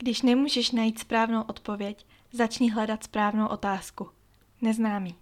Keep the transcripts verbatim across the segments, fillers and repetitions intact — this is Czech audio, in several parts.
Když nemůžeš najít správnou odpověď, začni hledat správnou otázku. Neznámý.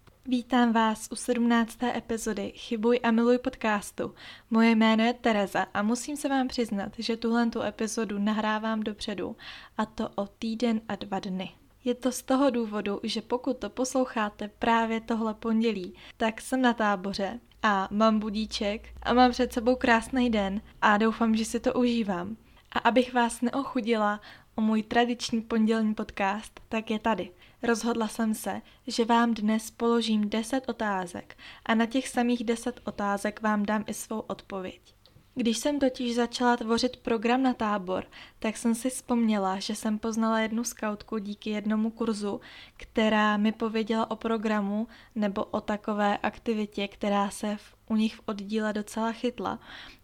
Vítám vás u sedmnácté epizody Chybuj a miluj podcastu. Moje jméno je Tereza a musím se vám přiznat, že tuhletu epizodu nahrávám dopředu, a to o týden a dva dny. Je to z toho důvodu, že pokud to posloucháte právě tohle pondělí, tak jsem na táboře a mám budíček a mám před sebou krásný den a doufám, že si to užívám. A abych vás neochudila o můj tradiční pondělní podcast, tak je tady. Rozhodla jsem se, že vám dnes položím deset otázek a na těch samých deset otázek vám dám i svou odpověď. Když jsem totiž začala tvořit program na tábor, tak jsem si vzpomněla, že jsem poznala jednu skautku díky jednomu kurzu, která mi pověděla o programu nebo o takové aktivitě, která se v, u nich v oddíle docela chytla.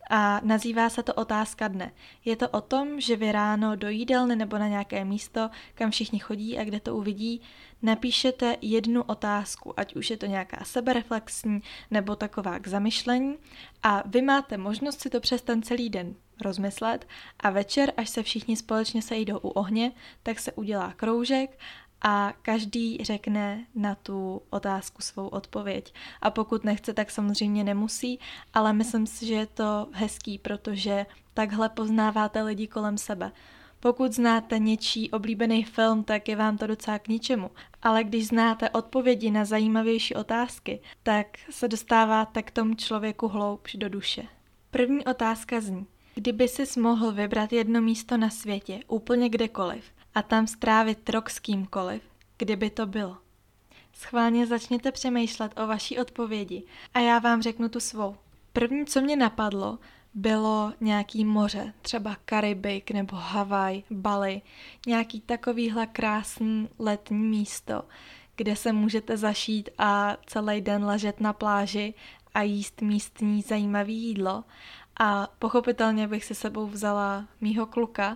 A nazývá se to otázka dne. Je to o tom, že vy ráno do jídelny nebo na nějaké místo, kam všichni chodí a kde to uvidí, napíšete jednu otázku, ať už je to nějaká sebereflexní nebo taková k zamyšlení, a vy máte možnost si to přes ten celý den rozmyslet a večer, až se všichni společně sejdou u ohně, tak se udělá kroužek a každý řekne na tu otázku svou odpověď. A pokud nechce, tak samozřejmě nemusí, ale myslím si, že je to hezký, protože takhle poznáváte lidi kolem sebe. Pokud znáte něčí oblíbený film, tak je vám to docela k ničemu. Ale když znáte odpovědi na zajímavější otázky, tak se dostáváte k tomu člověku hloubš do duše. První otázka zní: kdyby sis mohl vybrat jedno místo na světě, úplně kdekoliv, a tam strávit rok s kýmkoliv, kdyby to bylo? Schválně začněte přemýšlet o vaší odpovědi a já vám řeknu tu svou. První, co mě napadlo, bylo nějaký moře, třeba Karibik nebo Havaj, Bali, nějaký takovýhle krásný letní místo, kde se můžete zašít a celý den ležet na pláži a jíst místní zajímavé jídlo. A pochopitelně bych si sebou vzala mýho kluka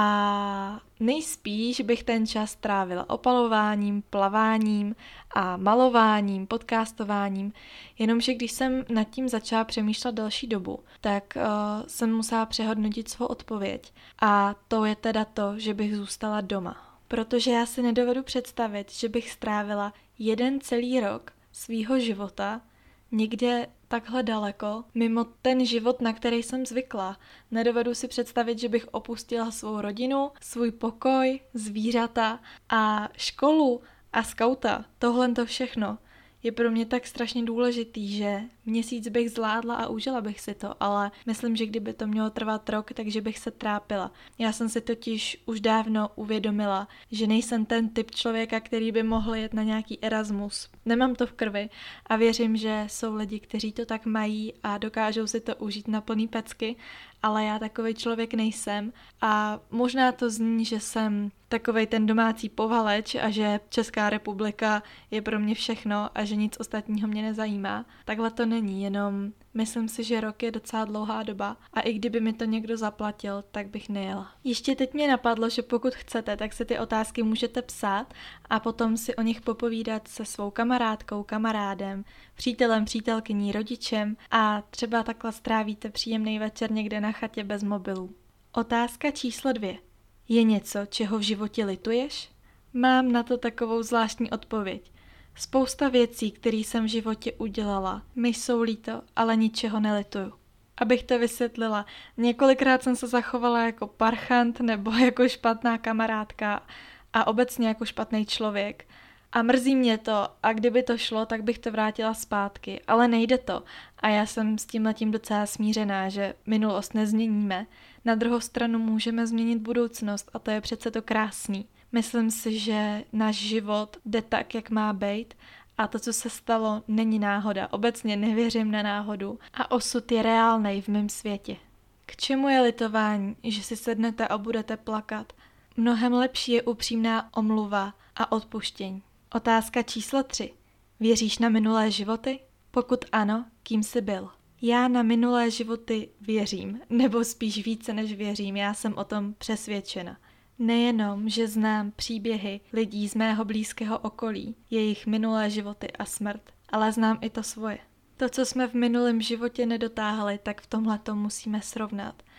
a nejspíš bych ten čas trávila opalováním, plaváním a malováním, podcastováním, jenomže když jsem nad tím začala přemýšlet další dobu, tak uh, jsem musela přehodnotit svou odpověď, a to je teda to, že bych zůstala doma. Protože já si nedovedu představit, že bych strávila jeden celý rok svýho života někde takhle daleko, mimo ten život, na který jsem zvykla. Nedovedu si představit, že bych opustila svou rodinu, svůj pokoj, zvířata a školu a skauta. Tohle to všechno je pro mě tak strašně důležitý, že měsíc bych zvládla a užila bych si to, ale myslím, že kdyby to mělo trvat rok, takže bych se trápila. Já jsem si totiž už dávno uvědomila, že nejsem ten typ člověka, který by mohl jet na nějaký Erasmus. Nemám to v krvi a věřím, že jsou lidi, kteří to tak mají a dokážou si to užít na plný pecky, ale já takovej člověk nejsem a možná to zní, že jsem takovej ten domácí povaleč a že Česká republika je pro mě všechno a že nic ostatního mě nezajímá. Takhle to není, jenom myslím si, že rok je docela dlouhá doba a i kdyby mi to někdo zaplatil, tak bych nejela. Ještě teď mě napadlo, že pokud chcete, tak si ty otázky můžete psát a potom si o nich popovídat se svou kamarádkou, kamarádem, přítelem, přítelkyní, rodičem a třeba takhle strávíte příjemný večer někde na chatě bez mobilů. Otázka číslo dvě. Je něco, čeho v životě lituješ? Mám na to takovou zvláštní odpověď. Spousta věcí, které jsem v životě udělala, mi jsou líto, ale ničeho nelituju. Abych to vysvětlila, několikrát jsem se zachovala jako parchant nebo jako špatná kamarádka a obecně jako špatný člověk. A mrzí mě to a kdyby to šlo, tak bych to vrátila zpátky, ale nejde to. A já jsem s tímhletím docela smířená, že minulost nezměníme. Na druhou stranu můžeme změnit budoucnost a to je přece to krásný. Myslím si, že náš život jde tak, jak má být a to, co se stalo, není náhoda. Obecně nevěřím na náhodu a osud je reálnej v mém světě. K čemu je litování, že si sednete a budete plakat? Mnohem lepší je upřímná omluva a odpuštění. Otázka číslo tři. Věříš na minulé životy? Pokud ano, kým jsi byl? Já na minulé životy věřím, nebo spíš více než věřím, já jsem o tom přesvědčena. Nejenom, že znám příběhy lidí z mého blízkého okolí, jejich minulé životy a smrt, ale znám i to svoje. To, co jsme v minulém životě nedotáhli, tak v tomhle to musíme srovnat.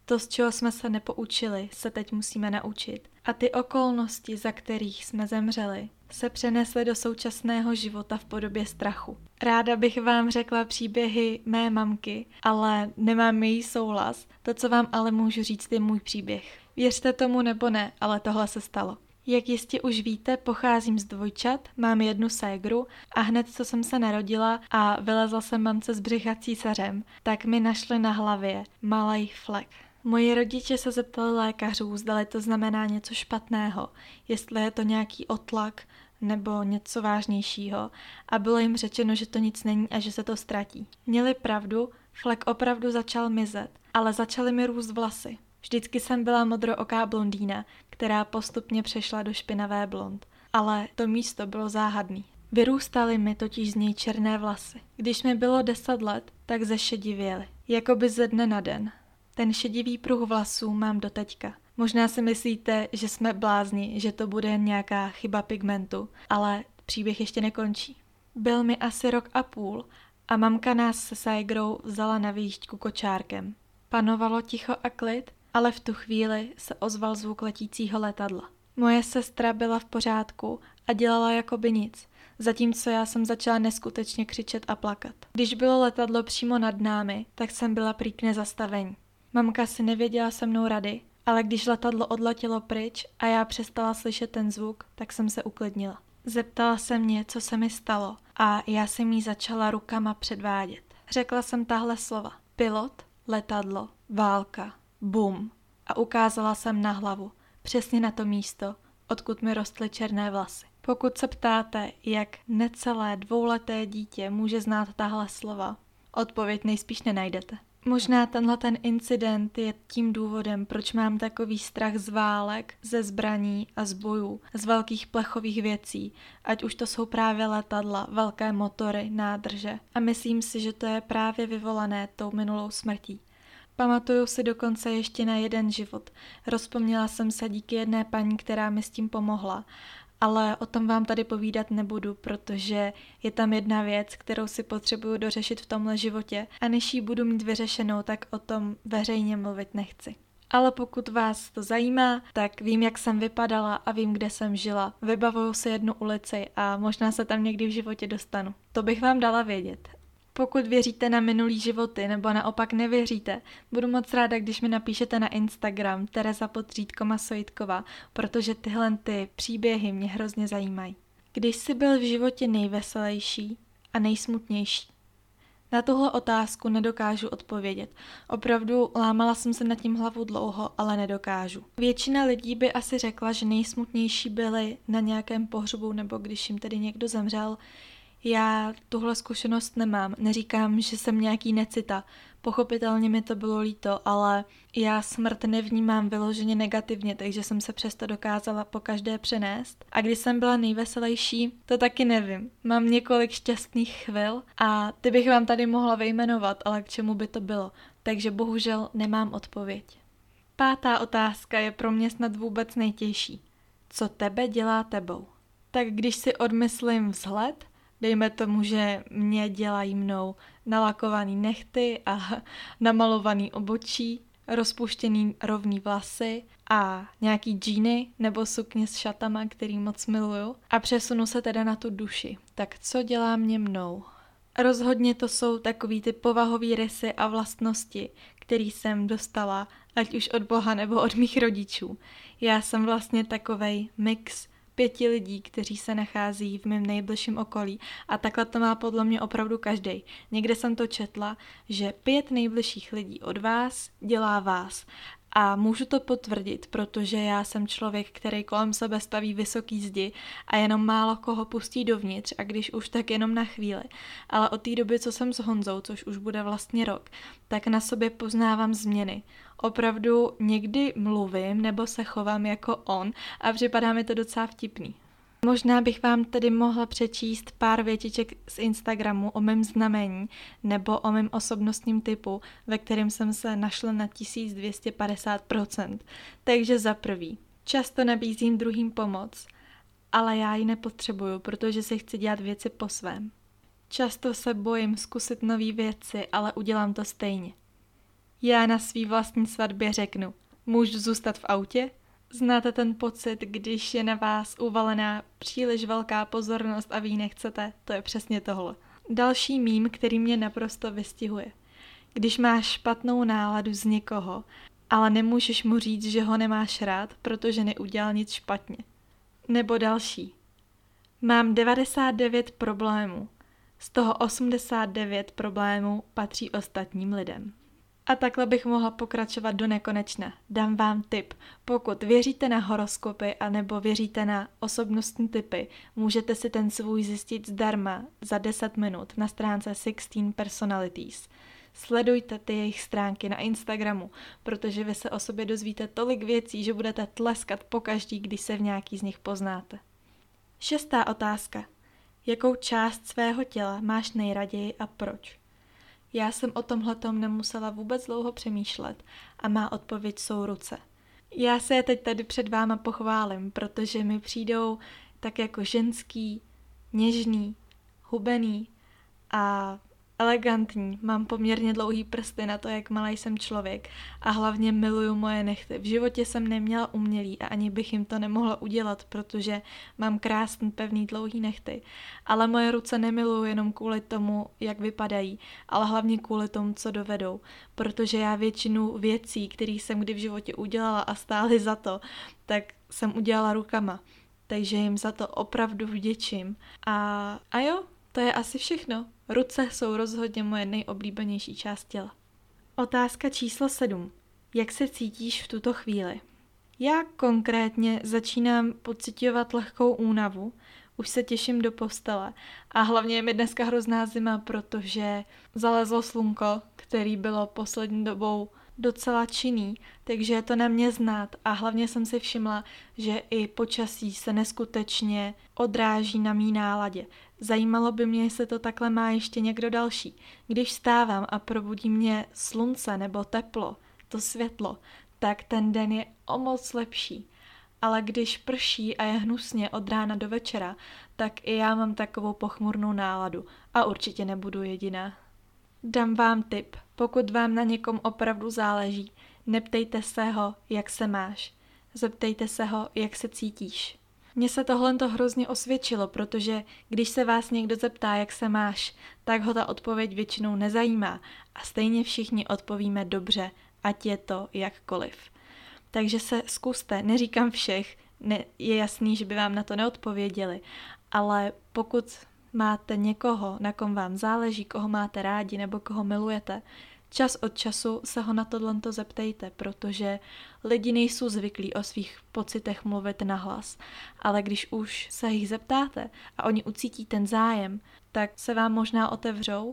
To, z čeho jsme se nepoučili, se teď musíme naučit. A ty okolnosti, za kterých jsme zemřeli, se přenesly do současného života v podobě strachu. Ráda bych vám řekla příběhy mé mamky, ale nemám její souhlas. To, co vám ale můžu říct, je můj příběh. Věřte tomu nebo ne, ale tohle se stalo. Jak jistě už víte, pocházím z dvojčat, mám jednu ségru a hned, co jsem se narodila a vylezla jsem mamce z břicha císařem, tak mi našli na hlavě malej flek. Moji rodiče se zeptali lékařů, zdali to znamená něco špatného, jestli je to nějaký otlak nebo něco vážnějšího a bylo jim řečeno, že to nic není a že se to ztratí. Měli pravdu, flek opravdu začal mizet, ale začaly mi růst vlasy. Vždycky jsem byla modrooká blondýna, která postupně přešla do špinavé blond, ale to místo bylo záhadný. Vyrůstaly mi totiž z něj černé vlasy. Když mi bylo deset let, tak zešedivěly, jakoby ze dne na den. Ten šedivý pruh vlasů mám doteďka. Možná si myslíte, že jsme blázni, že to bude jen nějaká chyba pigmentu, ale příběh ještě nekončí. Byl mi asi rok a půl a mamka nás se ségrou vzala na výjížďku kočárkem. Panovalo ticho a klid, ale v tu chvíli se ozval zvuk letícího letadla. Moje sestra byla v pořádku a dělala jakoby nic, zatímco já jsem začala neskutečně křičet a plakat. Když bylo letadlo přímo nad námi, tak jsem byla prý k nezastavení. Mamka si nevěděla se mnou rady, ale když letadlo odletělo pryč a já přestala slyšet ten zvuk, tak jsem se uklidnila. Zeptala se mě, co se mi stalo a já jsem jí začala rukama předvádět. Řekla jsem tahle slova. Pilot, letadlo, válka, bum. A ukázala jsem na hlavu, přesně na to místo, odkud mi rostly černé vlasy. Pokud se ptáte, jak necelé dvouleté dítě může znát tahle slova, odpověď nejspíš nenajdete. Možná tenhle ten incident je tím důvodem, proč mám takový strach z válek, ze zbraní a z bojů, z velkých plechových věcí, ať už to jsou právě letadla, velké motory, nádrže. A myslím si, že to je právě vyvolané tou minulou smrtí. Pamatuju si dokonce ještě na jeden život. Rozpomněla jsem se díky jedné paní, která mi s tím pomohla. Ale o tom vám tady povídat nebudu, protože je tam jedna věc, kterou si potřebuju dořešit v tomhle životě a než ji budu mít vyřešenou, tak o tom veřejně mluvit nechci. Ale pokud vás to zajímá, tak vím, jak jsem vypadala a vím, kde jsem žila. Vybavuju si jednu ulici a možná se tam někdy v životě dostanu. To bych vám dala vědět. Pokud věříte na minulý životy nebo naopak nevěříte, budu moc ráda, když mi napíšete na Instagram Tereza Podřídko Masojitková, protože tyhle ty příběhy mě hrozně zajímají. Když jsi byl v životě nejveselější a nejsmutnější? Na tuhle otázku nedokážu odpovědět. Opravdu lámala jsem se nad tím hlavu dlouho, ale nedokážu. Většina lidí by asi řekla, že nejsmutnější byli na nějakém pohřbu nebo když jim tedy někdo zemřel. Já tuhle zkušenost nemám, neříkám, že jsem nějaký necita, pochopitelně mi to bylo líto, ale já smrt nevnímám vyloženě negativně, takže jsem se přesto dokázala po každé přenést. A když jsem byla nejveselější, to taky nevím. Mám několik šťastných chvil a ty bych vám tady mohla vyjmenovat, ale k čemu by to bylo, takže bohužel nemám odpověď. Pátá otázka je pro mě snad vůbec nejtěžší. Co tebe dělá tebou? Tak když si odmyslím vzhled, dejme tomu, že mě dělají mnou nalakovaný nehty a namalovaný obočí, rozpuštěný rovný vlasy a nějaký džíny nebo sukně s šatama, který moc miluju. A přesunu se teda na tu duši. Tak co dělá mě mnou? Rozhodně to jsou takový ty povahový rysy a vlastnosti, který jsem dostala, ať už od Boha nebo od mých rodičů. Já jsem vlastně takovej mix pěti lidí, kteří se nachází v mém nejbližším okolí a takhle to má podle mě opravdu každej. Někde jsem to četla, že pět nejbližších lidí od vás dělá vás. A můžu to potvrdit, protože já jsem člověk, který kolem sebe staví vysoký zdi a jenom málo koho pustí dovnitř a když už tak jenom na chvíli. Ale od té doby, co jsem s Honzou, což už bude vlastně rok, tak na sobě poznávám změny. Opravdu někdy mluvím nebo se chovám jako on a připadá mi to docela vtipný. Možná bych vám tedy mohla přečíst pár větiček z Instagramu o mém znamení nebo o mém osobnostním typu, ve kterém jsem se našla na tisíc dvě stě padesát procent. Takže za prvý, často nabízím druhým pomoc, ale já ji nepotřebuju, protože si chci dělat věci po svém. Často se bojím zkusit nové věci, ale udělám to stejně. Já na svý vlastní svatbě řeknu, můžu zůstat v autě? Znáte ten pocit, když je na vás uvalená příliš velká pozornost a vy ji nechcete? To je přesně tohle. Další mím, který mě naprosto vystihuje. Když máš špatnou náladu z někoho, ale nemůžeš mu říct, že ho nemáš rád, protože neudělal nic špatně. Nebo další. Mám devadesát devět problémů. Z toho osmdesát devět problémů patří ostatním lidem. A takhle bych mohla pokračovat do nekonečna. Dám vám tip. Pokud věříte na horoskopy anebo věříte na osobnostní typy, můžete si ten svůj zjistit zdarma za deset minut na stránce šestnáct Personalities. Sledujte ty jejich stránky na Instagramu, protože vy se o sobě dozvíte tolik věcí, že budete tleskat pokaždý, když se v nějaký z nich poznáte. Šestá otázka. Jakou část svého těla máš nejraději a proč? Já jsem o tomhletom nemusela vůbec dlouho přemýšlet a má odpověď jsou ruce. Já se je teď tady před váma pochválím, protože mi přijdou tak jako ženský, něžný, hubený a elegantní. Mám poměrně dlouhý prsty na to, jak malý jsem člověk a hlavně miluju moje nehty. V životě jsem neměla umělý a ani bych jim to nemohla udělat, protože mám krásný, pevný, dlouhý nehty. Ale moje ruce nemiluju jenom kvůli tomu, jak vypadají, ale hlavně kvůli tomu, co dovedou. Protože já většinu věcí, které jsem kdy v životě udělala a stály za to, tak jsem udělala rukama. Takže jim za to opravdu vděčím. A, a jo, to je asi všechno. Ruce jsou rozhodně moje nejoblíbenější část těla. Otázka číslo sedm. Jak se cítíš v tuto chvíli? Já konkrétně začínám pociťovat lehkou únavu, už se těším do postele a hlavně je mi dneska hrozná zima, protože zalezlo slunko, který bylo poslední dobou docela činný, takže je to na mě znát a hlavně jsem si všimla, že i počasí se neskutečně odráží na mý náladě. Zajímalo by mě, jestli to takhle má ještě někdo další. Když vstávám a probudí mě slunce nebo teplo, to světlo, tak ten den je o moc lepší. Ale když prší a je hnusně od rána do večera, tak i já mám takovou pochmurnou náladu a určitě nebudu jediná. Dám vám tip. Pokud vám na někom opravdu záleží, neptejte se ho, jak se máš. Zeptejte se ho, jak se cítíš. Mně se tohle to hrozně osvědčilo, protože když se vás někdo zeptá, jak se máš, tak ho ta odpověď většinou nezajímá a stejně všichni odpovíme dobře, ať je to jakkoliv. Takže se zkuste, neříkám všech, ne, je jasný, že by vám na to neodpověděli, ale pokud máte někoho, na kom vám záleží, koho máte rádi nebo koho milujete, čas od času se ho na tohle zeptejte, protože lidi nejsou zvyklí o svých pocitech mluvit nahlas, ale když už se jich zeptáte a oni ucítí ten zájem, tak se vám možná otevřou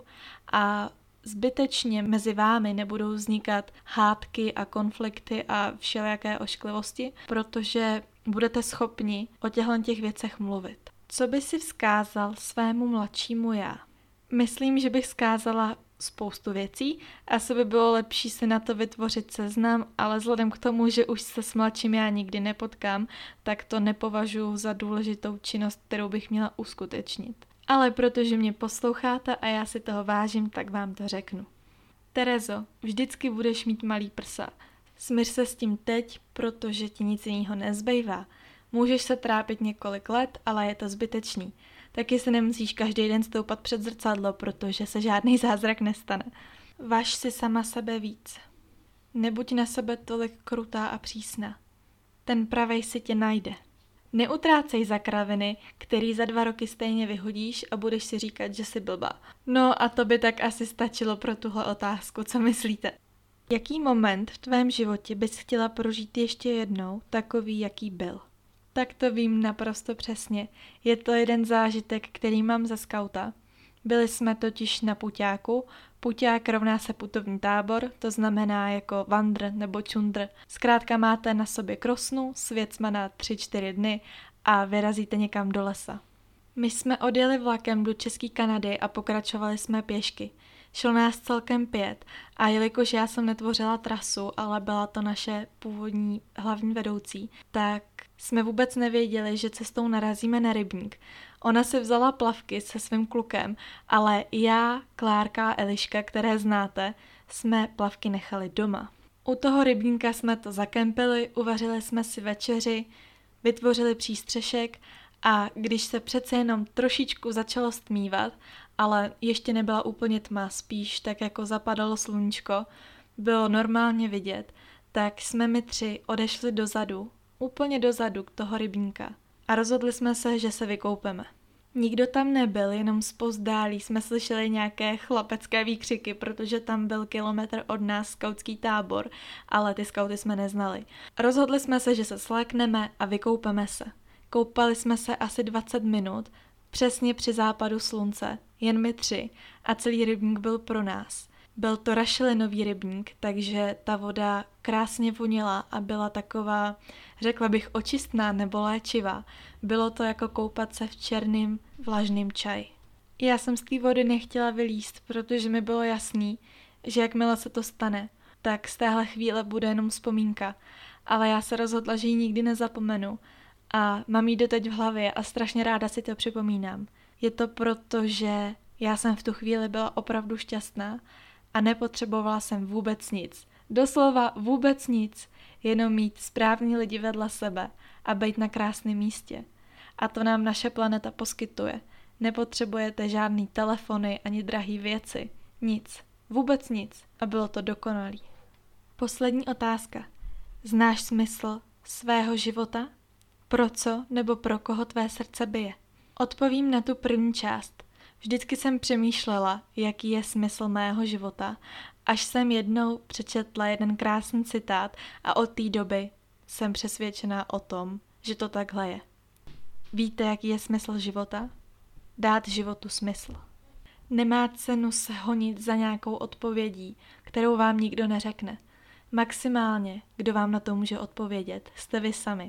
a zbytečně mezi vámi nebudou vznikat hádky a konflikty a všelijaké ošklivosti, protože budete schopni o těchto těch věcech mluvit. Co by si vzkázal svému mladšímu já? Myslím, že bych vzkázala spoustu věcí. Asi by bylo lepší si na to vytvořit seznam, ale vzhledem k tomu, že už se s mladším já nikdy nepotkám, tak to nepovažuji za důležitou činnost, kterou bych měla uskutečnit. Ale protože mě posloucháte a já si toho vážím, tak vám to řeknu. Terezo, vždycky budeš mít malý prsa. Smíř se s tím teď, protože ti nic jiného nezbývá. Můžeš se trápit několik let, ale je to zbytečný. Taky se nemusíš každý den stoupat před zrcadlo, protože se žádný zázrak nestane. Važ si sama sebe víc. Nebuď na sebe tolik krutá a přísná. Ten pravej si tě najde. Neutrácej za kraviny, který za dva roky stejně vyhodíš a budeš si říkat, že jsi blbá. No a to by tak asi stačilo pro tuhle otázku, co myslíte? Jaký moment v tvém životě bys chtěla prožít ještě jednou, takový, jaký byl? Tak to vím naprosto přesně. Je to jeden zážitek, který mám ze skauta. Byli jsme totiž na puťáku. Puťák rovná se putovní tábor, to znamená jako vandr nebo čundr. Zkrátka máte na sobě krosnu, s věcma na tři čtyři dny a vyrazíte někam do lesa. My jsme odjeli vlakem do České Kanady a pokračovali jsme pěšky. Šlo nás celkem pět a jelikož já jsem netvořila trasu, ale byla to naše původní hlavní vedoucí, tak jsme vůbec nevěděli, že cestou narazíme na rybník. Ona si vzala plavky se svým klukem, ale já, Klárka a Eliška, které znáte, jsme plavky nechali doma. U toho rybníka jsme to zakempili, uvařili jsme si večeři, vytvořili přístřešek a když se přece jenom trošičku začalo stmívat, ale ještě nebyla úplně tma, spíš tak jako zapadalo sluníčko, bylo normálně vidět, tak jsme my tři odešli dozadu, úplně dozadu k toho rybníka a rozhodli jsme se, že se vykoupeme. Nikdo tam nebyl, jenom zpozdálí jsme slyšeli nějaké chlapecké výkřiky, protože tam byl kilometr od nás skautský tábor, ale ty skauty jsme neznali. Rozhodli jsme se, že se slékneme a vykoupeme se. Koupali jsme se asi dvacet minut, přesně při západu slunce, jen my tři, a celý rybník byl pro nás. Byl to rašelinový rybník, takže ta voda krásně voněla a byla taková, řekla bych, očistná nebo léčivá. Bylo to jako koupat se v černým vlažným čaji. Já jsem z té vody nechtěla vylízt, protože mi bylo jasný, že jakmile se to stane, tak z téhle chvíle bude jenom vzpomínka. Ale já se rozhodla, že ji nikdy nezapomenu a mám ji doteď v hlavě a strašně ráda si to připomínám. Je to proto, že já jsem v tu chvíli byla opravdu šťastná a nepotřebovala jsem vůbec nic. Doslova vůbec nic, jenom mít správní lidi vedle sebe a být na krásném místě. A to nám naše planeta poskytuje. Nepotřebujete žádný telefony ani drahý věci. Nic. Vůbec nic. A bylo to dokonalý. Poslední otázka. Znáš smysl svého života? Pro co nebo pro koho tvé srdce bije? Odpovím na tu první část. Vždycky jsem přemýšlela, jaký je smysl mého života, až jsem jednou přečetla jeden krásný citát a od té doby jsem přesvědčená o tom, že to takhle je. Víte, jaký je smysl života? Dát životu smysl. Nemá cenu se honit za nějakou odpovědí, kterou vám nikdo neřekne. Maximálně, kdo vám na to může odpovědět, jste vy sami.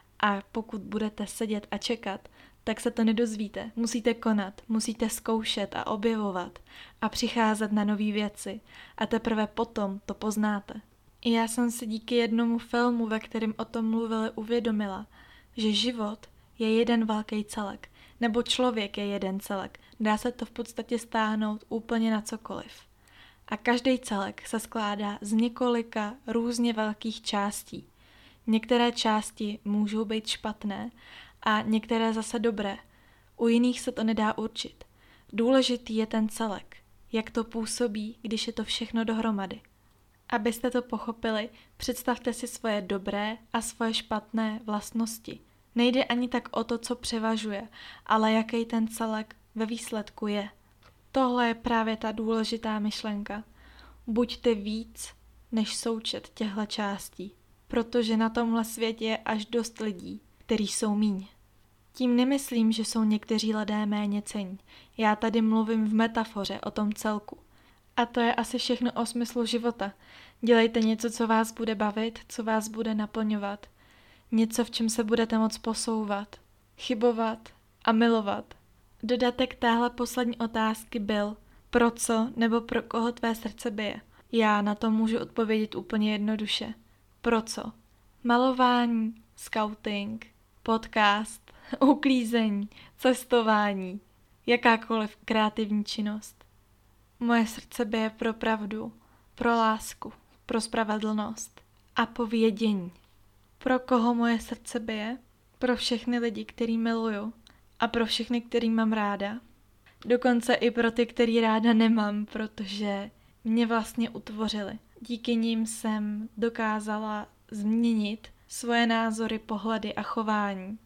A pokud budete sedět a čekat, tak se to nedozvíte. Musíte konat, musíte zkoušet a objevovat a přicházet na nové věci a teprve potom to poznáte. I já jsem si díky jednomu filmu, ve kterém o tom mluvili, uvědomila, že život je jeden velký celek, nebo člověk je jeden celek. Dá se to v podstatě stáhnout úplně na cokoliv. A každý celek se skládá z několika různě velkých částí. Některé části můžou být špatné a některé zase dobré. U jiných se to nedá určit. Důležitý je ten celek, jak to působí, když je to všechno dohromady. Abyste to pochopili, představte si svoje dobré a svoje špatné vlastnosti. Nejde ani tak o to, co převažuje, ale jaký ten celek ve výsledku je. Tohle je právě ta důležitá myšlenka. Buďte víc než součet těchto částí, protože na tomhle světě je až dost lidí, kteří jsou míň. Tím nemyslím, že jsou někteří lidé méně cenní. Já tady mluvím v metafoře o tom celku. A to je asi všechno o smyslu života. Dělejte něco, co vás bude bavit, co vás bude naplňovat. Něco, v čem se budete moc posouvat, chybovat a milovat. Dodatek téhle poslední otázky byl, pro co nebo pro koho tvé srdce bije. Já na to můžu odpovědět úplně jednoduše. Pro co? Malování, skauting, podcast, uklízení, cestování, jakákoliv kreativní činnost. Moje srdce bije pro pravdu, pro lásku, pro spravedlnost a po vědění. Pro koho moje srdce bije? Pro všechny lidi, který miluju a pro všechny, který mám ráda. Dokonce i pro ty, který ráda nemám, protože mě vlastně utvořili. Díky nim jsem dokázala změnit svoje názory, pohledy a chování.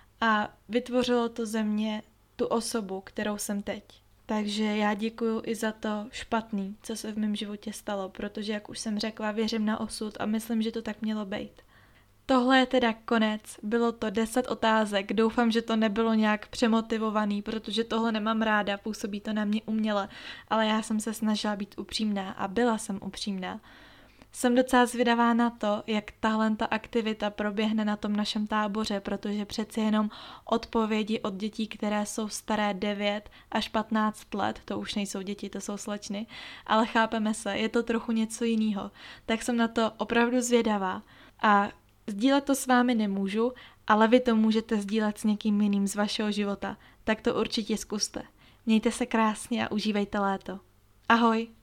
A vytvořilo to ze mě tu osobu, kterou jsem teď. Takže já děkuju i za to špatný, co se v mém životě stalo, protože, jak už jsem řekla, věřím na osud a myslím, že to tak mělo být. Tohle je teda konec, bylo to deset otázek, doufám, že to nebylo nějak přemotivovaný, protože tohle nemám ráda, působí to na mě uměle, ale já jsem se snažila být upřímná a byla jsem upřímná. Jsem docela zvědavá na to, jak tahle ta aktivita proběhne na tom našem táboře, protože přeci jenom odpovědi od dětí, které jsou staré devět až patnáct let, to už nejsou děti, to jsou slečny, ale chápeme se, je to trochu něco jiného, tak jsem na to opravdu zvědavá a sdílet to s vámi nemůžu, ale vy to můžete sdílet s někým jiným z vašeho života, tak to určitě zkuste. Mějte se krásně a užívejte léto. Ahoj!